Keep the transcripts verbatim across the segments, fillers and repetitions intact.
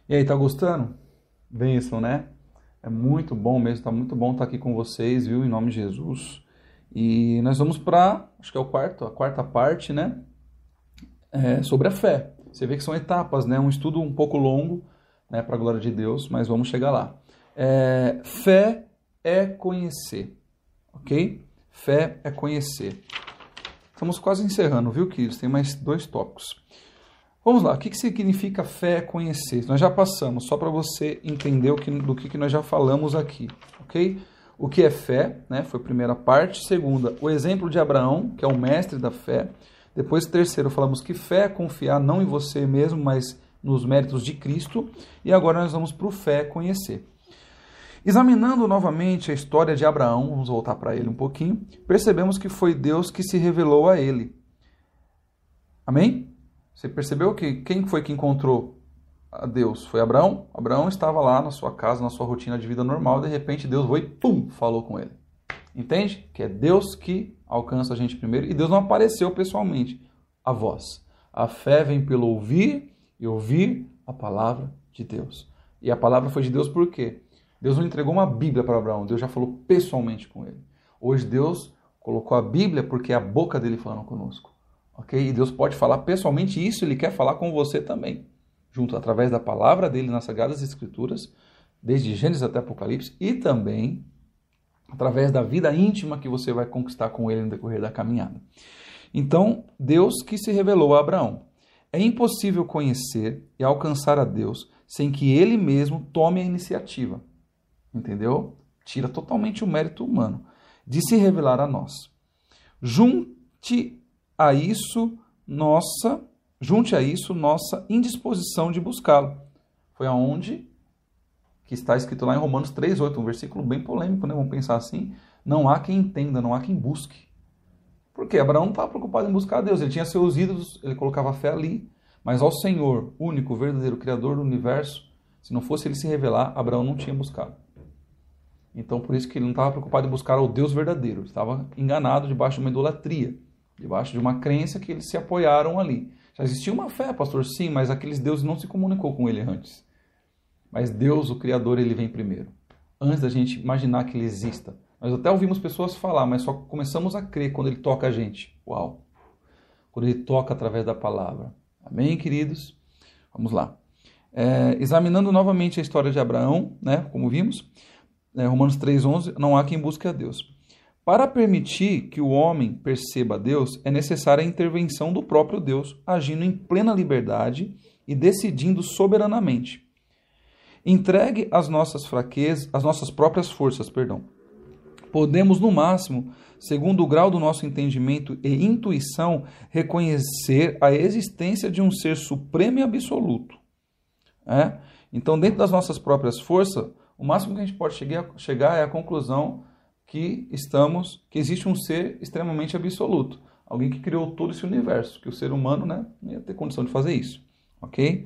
E aí, tá gostando? Bênção, né? É muito bom mesmo, tá muito bom estar aqui com vocês, viu? Em nome de Jesus. E nós vamos para, acho que é o quarto, a quarta parte, né? É sobre a fé. Você vê que são etapas, né? Um estudo um pouco longo, né? Para a glória de Deus, mas vamos chegar lá. É, fé é conhecer, ok? Fé é conhecer. Estamos quase encerrando, viu, queridos? Tem mais dois tópicos. Vamos lá, o que, que significa fé é conhecer? Nós já passamos, só para você entender o que, do que, que nós já falamos aqui, ok? O que é fé, né? Foi a primeira parte. Segunda, o exemplo de Abraão, que é o mestre da fé. Depois, terceiro, falamos que fé é confiar não em você mesmo, mas nos méritos de Cristo. E agora nós vamos para o fé é conhecer. Examinando novamente a história de Abraão, vamos voltar para ele um pouquinho, percebemos que foi Deus que se revelou a ele. Amém? Você percebeu que quem foi que encontrou a Deus? Foi Abraão? Abraão estava lá na sua casa, na sua rotina de vida normal, de repente Deus foi e pum, falou com ele. Entende? Que é Deus que alcança a gente primeiro e Deus não apareceu pessoalmente a voz. A fé vem pelo ouvir e ouvir a palavra de Deus. E a palavra foi de Deus por quê? Deus não entregou uma Bíblia para Abraão, Deus já falou pessoalmente com ele. Hoje Deus colocou a Bíblia porque é a boca dele falando conosco. Okay? E Deus pode falar pessoalmente isso, Ele quer falar com você também, junto através da palavra dele nas Sagradas Escrituras, desde Gênesis até Apocalipse, e também através da vida íntima que você vai conquistar com Ele no decorrer da caminhada. Então, Deus que se revelou a Abraão. É impossível conhecer e alcançar a Deus sem que Ele mesmo tome a iniciativa, entendeu? Tira totalmente o mérito humano de se revelar a nós. Junte a isso nossa, junte a isso nossa indisposição de buscá-lo. Foi aonde que está escrito lá em Romanos três, oito, um versículo bem polêmico, né? Vamos pensar assim, não há quem entenda, não há quem busque. Por quê? Abraão não estava preocupado em buscar a Deus, ele tinha seus ídolos, ele colocava fé ali, mas ao Senhor, único, verdadeiro, Criador do universo, se não fosse ele se revelar, Abraão não tinha buscado. Então por isso que ele não estava preocupado em buscar ao Deus verdadeiro, ele estava enganado debaixo de uma idolatria, debaixo de uma crença que eles se apoiaram ali. Já existia uma fé, pastor, sim, mas aqueles deuses não se comunicou com ele antes. Mas Deus, o Criador, ele vem primeiro. Antes da gente imaginar que ele exista. Nós até ouvimos pessoas falar, mas só começamos a crer quando ele toca a gente. Uau! Quando ele toca através da palavra. Amém, queridos? Vamos lá. É, examinando novamente a história de Abraão, né, como vimos, é, Romanos três, onze, não há quem busque a Deus. Para permitir que o homem perceba Deus, é necessária a intervenção do próprio Deus, agindo em plena liberdade e decidindo soberanamente. Entregue as nossas fraquezas, as nossas próprias forças, perdão. Podemos, no máximo, segundo o grau do nosso entendimento e intuição, reconhecer a existência de um ser supremo e absoluto. É? Então, dentro das nossas próprias forças, o máximo que a gente pode chegar é a conclusão que estamos, que existe um ser extremamente absoluto. Alguém que criou todo esse universo, que o ser humano, né, não ia ter condição de fazer isso. Ok?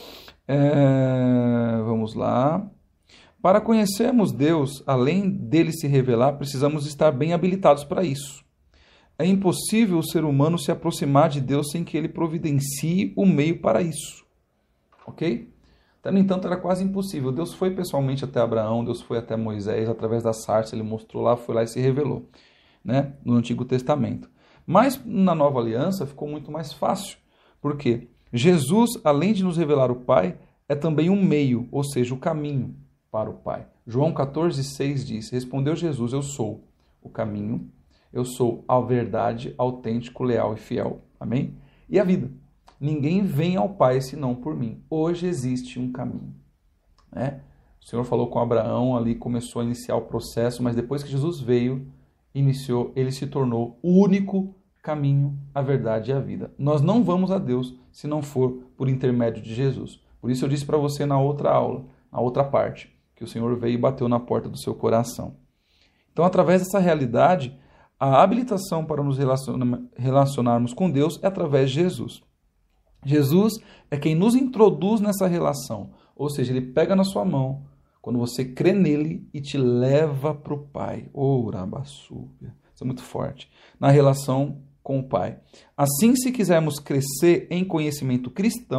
É, vamos lá. Para conhecermos Deus, além dele se revelar, precisamos estar bem habilitados para isso. É impossível o ser humano se aproximar de Deus sem que ele providencie o meio para isso. Ok? Então, no entanto, era quase impossível. Deus foi pessoalmente até Abraão, Deus foi até Moisés, através da sarça, ele mostrou lá, foi lá e se revelou, né, no Antigo Testamento. Mas na Nova Aliança ficou muito mais fácil. Por quê? Jesus, além de nos revelar o Pai, é também um meio, ou seja, o caminho para o Pai. João catorze, seis diz, respondeu Jesus, eu sou o caminho, eu sou a verdade, autêntico, leal e fiel. Amém? E a vida. Ninguém vem ao Pai senão por mim. Hoje existe um caminho. Né? O Senhor falou com Abraão, ali começou a iniciar o processo, mas depois que Jesus veio, iniciou, ele se tornou o único caminho, a verdade e a vida. Nós não vamos a Deus se não for por intermédio de Jesus. Por isso eu disse para você na outra aula, na outra parte, que o Senhor veio e bateu na porta do seu coração. Então, através dessa realidade, a habilitação para nos relacionarmos com Deus é através de Jesus. Jesus é quem nos introduz nessa relação, ou seja, ele pega na sua mão, quando você crê nele e te leva para o Pai. Oh, Rabassúbia. Isso é muito forte. Na relação com o Pai. Assim, se quisermos crescer em conhecimento cristão,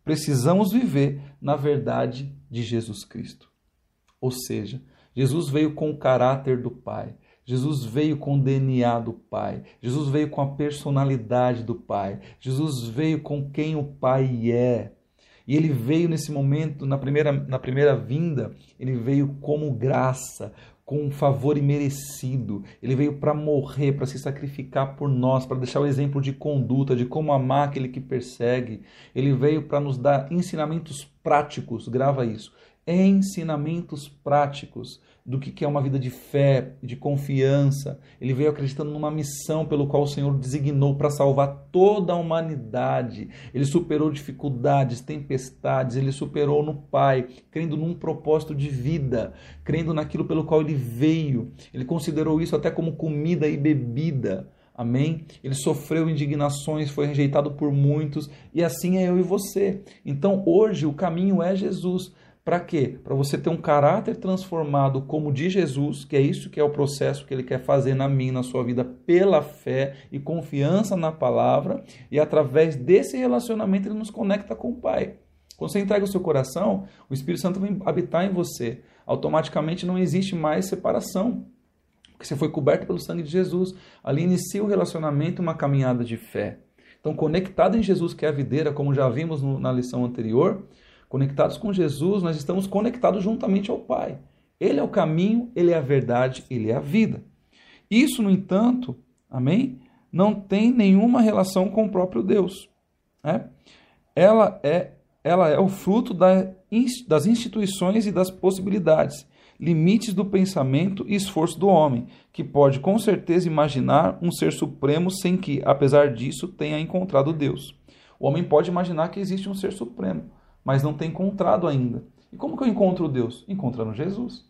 Precisamos viver na verdade de Jesus Cristo. Ou seja, Jesus veio com o caráter do Pai. Jesus veio com o D N A do Pai. Jesus veio com a personalidade do Pai. Jesus veio com quem o Pai é. E ele veio nesse momento, na primeira, na primeira vinda, ele veio como graça, com um favor imerecido. Ele veio para morrer, para se sacrificar por nós, para deixar o exemplo de conduta, de como amar aquele que persegue. Ele veio para nos dar ensinamentos práticos, grava isso, ensinamentos práticos do que é uma vida de fé, de confiança. Ele veio acreditando numa missão pelo qual o Senhor designou para salvar toda a humanidade. Ele superou dificuldades, tempestades, ele superou no Pai, crendo num propósito de vida, crendo naquilo pelo qual ele veio. Ele considerou isso até como comida e bebida. Amém? Ele sofreu indignações, foi rejeitado por muitos, e assim é eu e você. Então hoje o caminho é Jesus. Para quê? Para você ter um caráter transformado como o de Jesus, que é isso que é o processo que ele quer fazer na minha, na sua vida, pela fé e confiança na palavra, e através desse relacionamento ele nos conecta com o Pai. Quando você entrega o seu coração, o Espírito Santo vem habitar em você. Automaticamente não existe mais separação, porque você foi coberto pelo sangue de Jesus. Ali inicia o relacionamento, uma caminhada de fé. Então, conectado em Jesus, que é a videira, como já vimos no, na lição anterior, conectados com Jesus, nós estamos conectados juntamente ao Pai. Ele é o caminho, ele é a verdade, ele é a vida. Isso, no entanto, amém, não tem nenhuma relação com o próprio Deus. Né? Ela, é, ela é o fruto da, das instituições e das possibilidades, limites do pensamento e esforço do homem, que pode com certeza imaginar um ser supremo sem que, apesar disso, tenha encontrado Deus. O homem pode imaginar que existe um ser supremo, mas não tem encontrado ainda. E como que eu encontro Deus? Encontrando Jesus.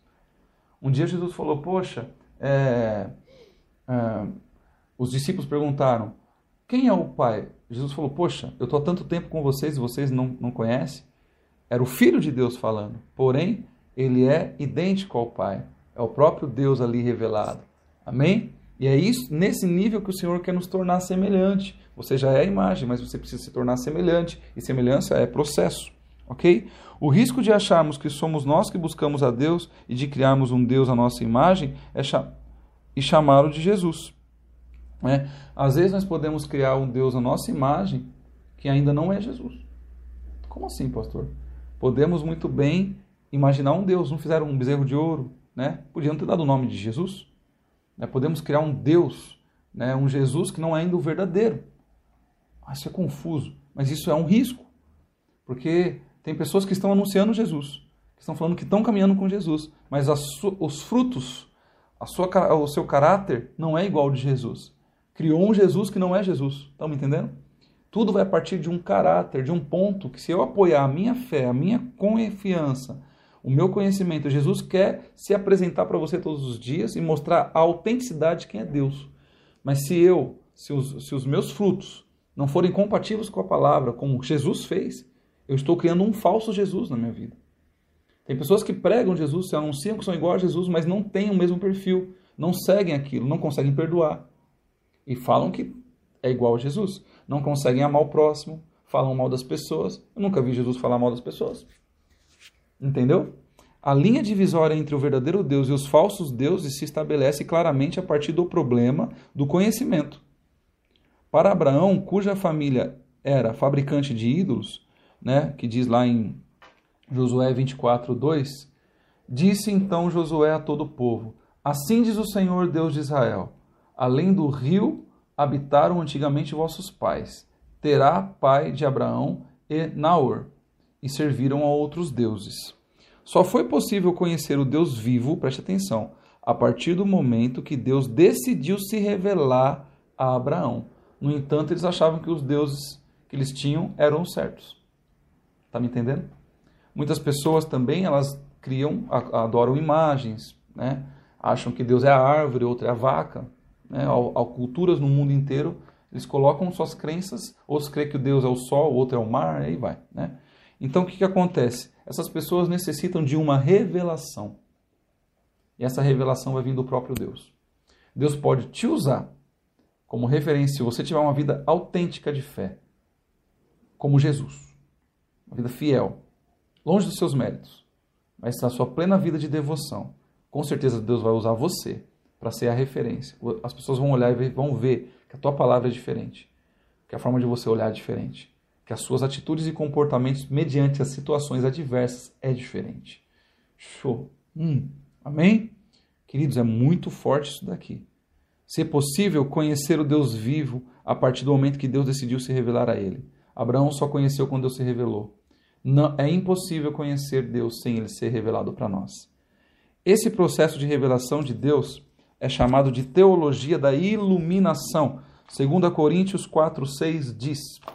Um dia Jesus falou, poxa, é, é, os discípulos perguntaram, quem é o Pai? Jesus falou, poxa, eu estou há tanto tempo com vocês e vocês não, não conhecem. Era o Filho de Deus falando, porém, ele é idêntico ao Pai. É o próprio Deus ali revelado. Amém? E é isso, nesse nível que o Senhor quer nos tornar semelhante. Você já é a imagem, mas você precisa se tornar semelhante. E semelhança é processo. Ok? O risco de acharmos que somos nós que buscamos a Deus e de criarmos um Deus à nossa imagem é cha- e chamá-lo de Jesus. Né? Às vezes nós podemos criar um Deus à nossa imagem que ainda não é Jesus. Como assim, pastor? Podemos muito bem imaginar um Deus. Não fizeram um bezerro de ouro? Né? Podiam ter dado o nome de Jesus. Né? Podemos criar um Deus, né? Um Jesus que não é ainda o verdadeiro. Ah, isso é confuso, mas isso é um risco. Porque tem pessoas que estão anunciando Jesus, que estão falando que estão caminhando com Jesus, mas su- os frutos, a sua, o seu caráter não é igual ao de Jesus. Criou um Jesus que não é Jesus. Estão me entendendo? Tudo vai partir de um caráter, de um ponto que se eu apoiar a minha fé, a minha confiança, o meu conhecimento, Jesus quer se apresentar para você todos os dias e mostrar a autenticidade de quem é Deus. Mas se eu, se os, se os meus frutos não forem compatíveis com a palavra, como Jesus fez, eu estou criando um falso Jesus na minha vida. Tem pessoas que pregam Jesus, se anunciam que são igual a Jesus, mas não têm o mesmo perfil, não seguem aquilo, não conseguem perdoar. E falam que é igual a Jesus. Não conseguem amar o próximo, falam mal das pessoas. Eu nunca vi Jesus falar mal das pessoas. Entendeu? A linha divisória entre o verdadeiro Deus e os falsos deuses se estabelece claramente a partir do problema do conhecimento. Para Abraão, cuja família era fabricante de ídolos, né, que diz lá em Josué vinte e quatro, dois, disse então Josué a todo o povo, assim diz o Senhor Deus de Israel, além do rio habitaram antigamente vossos pais, Terá, pai de Abraão, e Naor, e serviram a outros deuses. Só foi possível conhecer o Deus vivo, preste atenção, a partir do momento que Deus decidiu se revelar a Abraão. No entanto, eles achavam que os deuses que eles tinham eram certos. Está me entendendo? Muitas pessoas também, elas criam, adoram imagens, né? Acham que Deus é a árvore, outra é a vaca. Né? Ao, ao culturas no mundo inteiro, eles colocam suas crenças, outros creem que o Deus é o sol, outro é o mar, aí vai. Né? Então, o que, que acontece? Essas pessoas necessitam de uma revelação. E essa revelação vai vir do próprio Deus. Deus pode te usar como referência, se você tiver uma vida autêntica de fé, como Jesus. uma vida fiel, longe dos seus méritos, mas na sua plena vida de devoção, com certeza Deus vai usar você para ser a referência. As pessoas vão olhar e vão ver que a tua palavra é diferente, que a forma de você olhar é diferente, que as suas atitudes e comportamentos mediante as situações adversas é diferente. Show! Hum, amém? Queridos, é muito forte isso daqui. Se é possível conhecer o Deus vivo a partir do momento que Deus decidiu se revelar a ele. Abraão só conheceu quando Deus se revelou. Não, é impossível conhecer Deus sem ele ser revelado para nós. Esse processo de revelação de Deus é chamado de teologia da iluminação. Segunda Coríntios quatro, seis diz.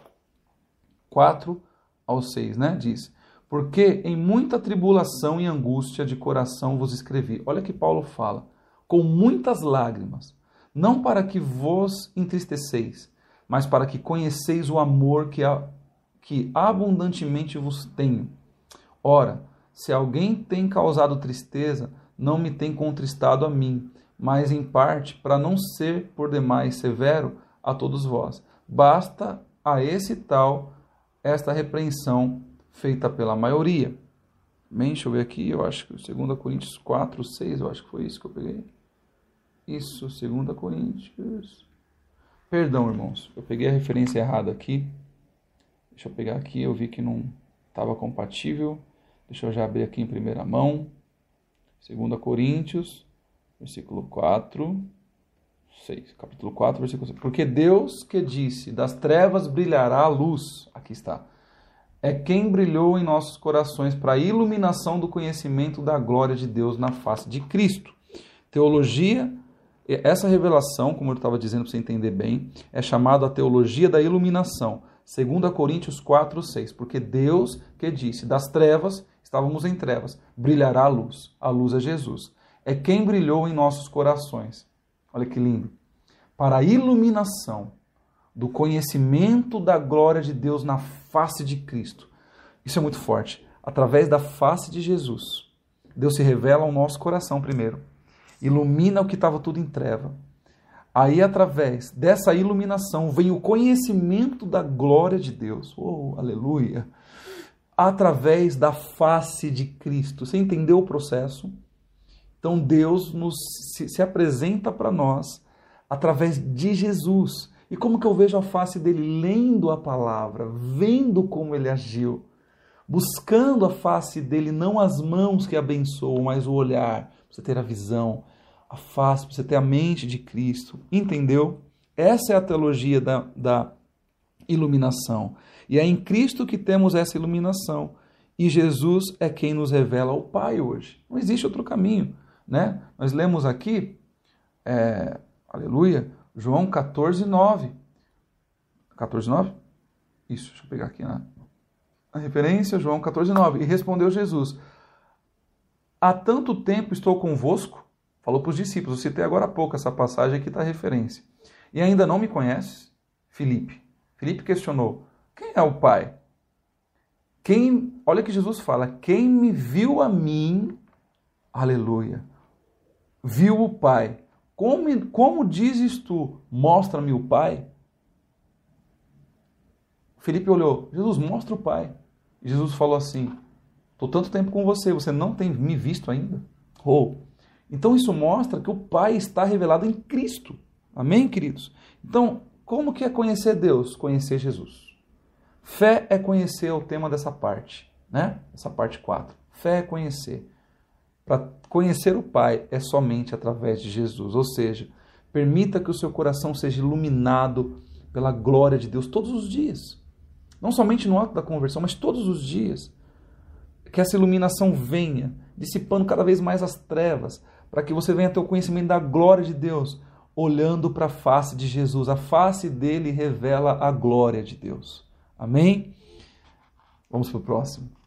quatro ao seis, né? Diz. Porque em muita tribulação e angústia de coração vos escrevi. Olha que Paulo fala. Com muitas lágrimas. Não para que vos entristeceis, mas para que conheceis o amor que, a, que abundantemente vos tenho. Ora, se alguém tem causado tristeza, não me tem contristado a mim, mas em parte, para não ser por demais severo a todos vós. Basta a esse tal esta repreensão feita pela maioria. Bem, deixa eu ver aqui, eu acho que dois Coríntios quatro, seis, eu acho que foi isso que eu peguei. Isso, dois Coríntios... Perdão, irmãos, eu peguei a referência errada aqui. Deixa eu pegar aqui, eu vi que não estava compatível. Deixa eu já abrir aqui em primeira mão. dois Coríntios, versículo quatro, seis. Capítulo quatro, versículo seis. Porque Deus que disse, das trevas brilhará a luz. Aqui está. É quem brilhou em nossos corações para a iluminação do conhecimento da glória de Deus na face de Cristo. Teologia... Essa revelação, como eu estava dizendo para você entender bem, é chamada a teologia da iluminação. dois Coríntios quatro, seis. Porque Deus que disse, das trevas, estávamos em trevas, brilhará a luz. A luz é Jesus. É quem brilhou em nossos corações. Olha que lindo. Para a iluminação do conhecimento da glória de Deus na face de Cristo. Isso é muito forte. Através da face de Jesus, Deus se revela ao nosso coração primeiro. Ilumina o que estava tudo em treva. Aí, através dessa iluminação, vem o conhecimento da glória de Deus. Oh, aleluia! Através da face de Cristo. Você entendeu o processo? Então, Deus nos, se, se apresenta para nós através de Jesus. E como que eu vejo a face dele? Lendo a palavra, vendo como ele agiu, buscando a face dele, não as mãos que abençoam, mas o olhar, para você ter a visão, a face, para você ter a mente de Cristo. Entendeu? Essa é a teologia da, da iluminação. E é em Cristo que temos essa iluminação. E Jesus é quem nos revela o Pai hoje. Não existe outro caminho, né? Nós lemos aqui, é, aleluia, João quatorze, nove. quatorze, nove? Isso, deixa eu pegar aqui na, na referência, João quatorze, nove. E respondeu Jesus, há tanto tempo estou convosco, falou para os discípulos, eu citei agora há pouco essa passagem, aqui está a referência. E ainda não me conheces? Filipe. Filipe questionou, quem é o Pai? Quem, olha que Jesus fala, quem me viu a mim, aleluia, viu o Pai. Como, como dizes tu, mostra-me o Pai? Filipe olhou, Jesus, mostra o Pai. E Jesus falou assim, estou tanto tempo com você, você não tem me visto ainda? Oh. Então isso mostra que o Pai está revelado em Cristo. Amém, queridos? Então, como que é conhecer Deus? Conhecer Jesus. Fé é conhecer o tema dessa parte, né? Essa parte quatro. Fé é conhecer. Para conhecer o Pai é somente através de Jesus. Ou seja, permita que o seu coração seja iluminado pela glória de Deus todos os dias. Não somente no ato da conversão, mas todos os dias. Que essa iluminação venha, dissipando cada vez mais as trevas, para que você venha ter o conhecimento da glória de Deus, olhando para a face de Jesus. A face dele revela a glória de Deus. Amém? Vamos para o próximo.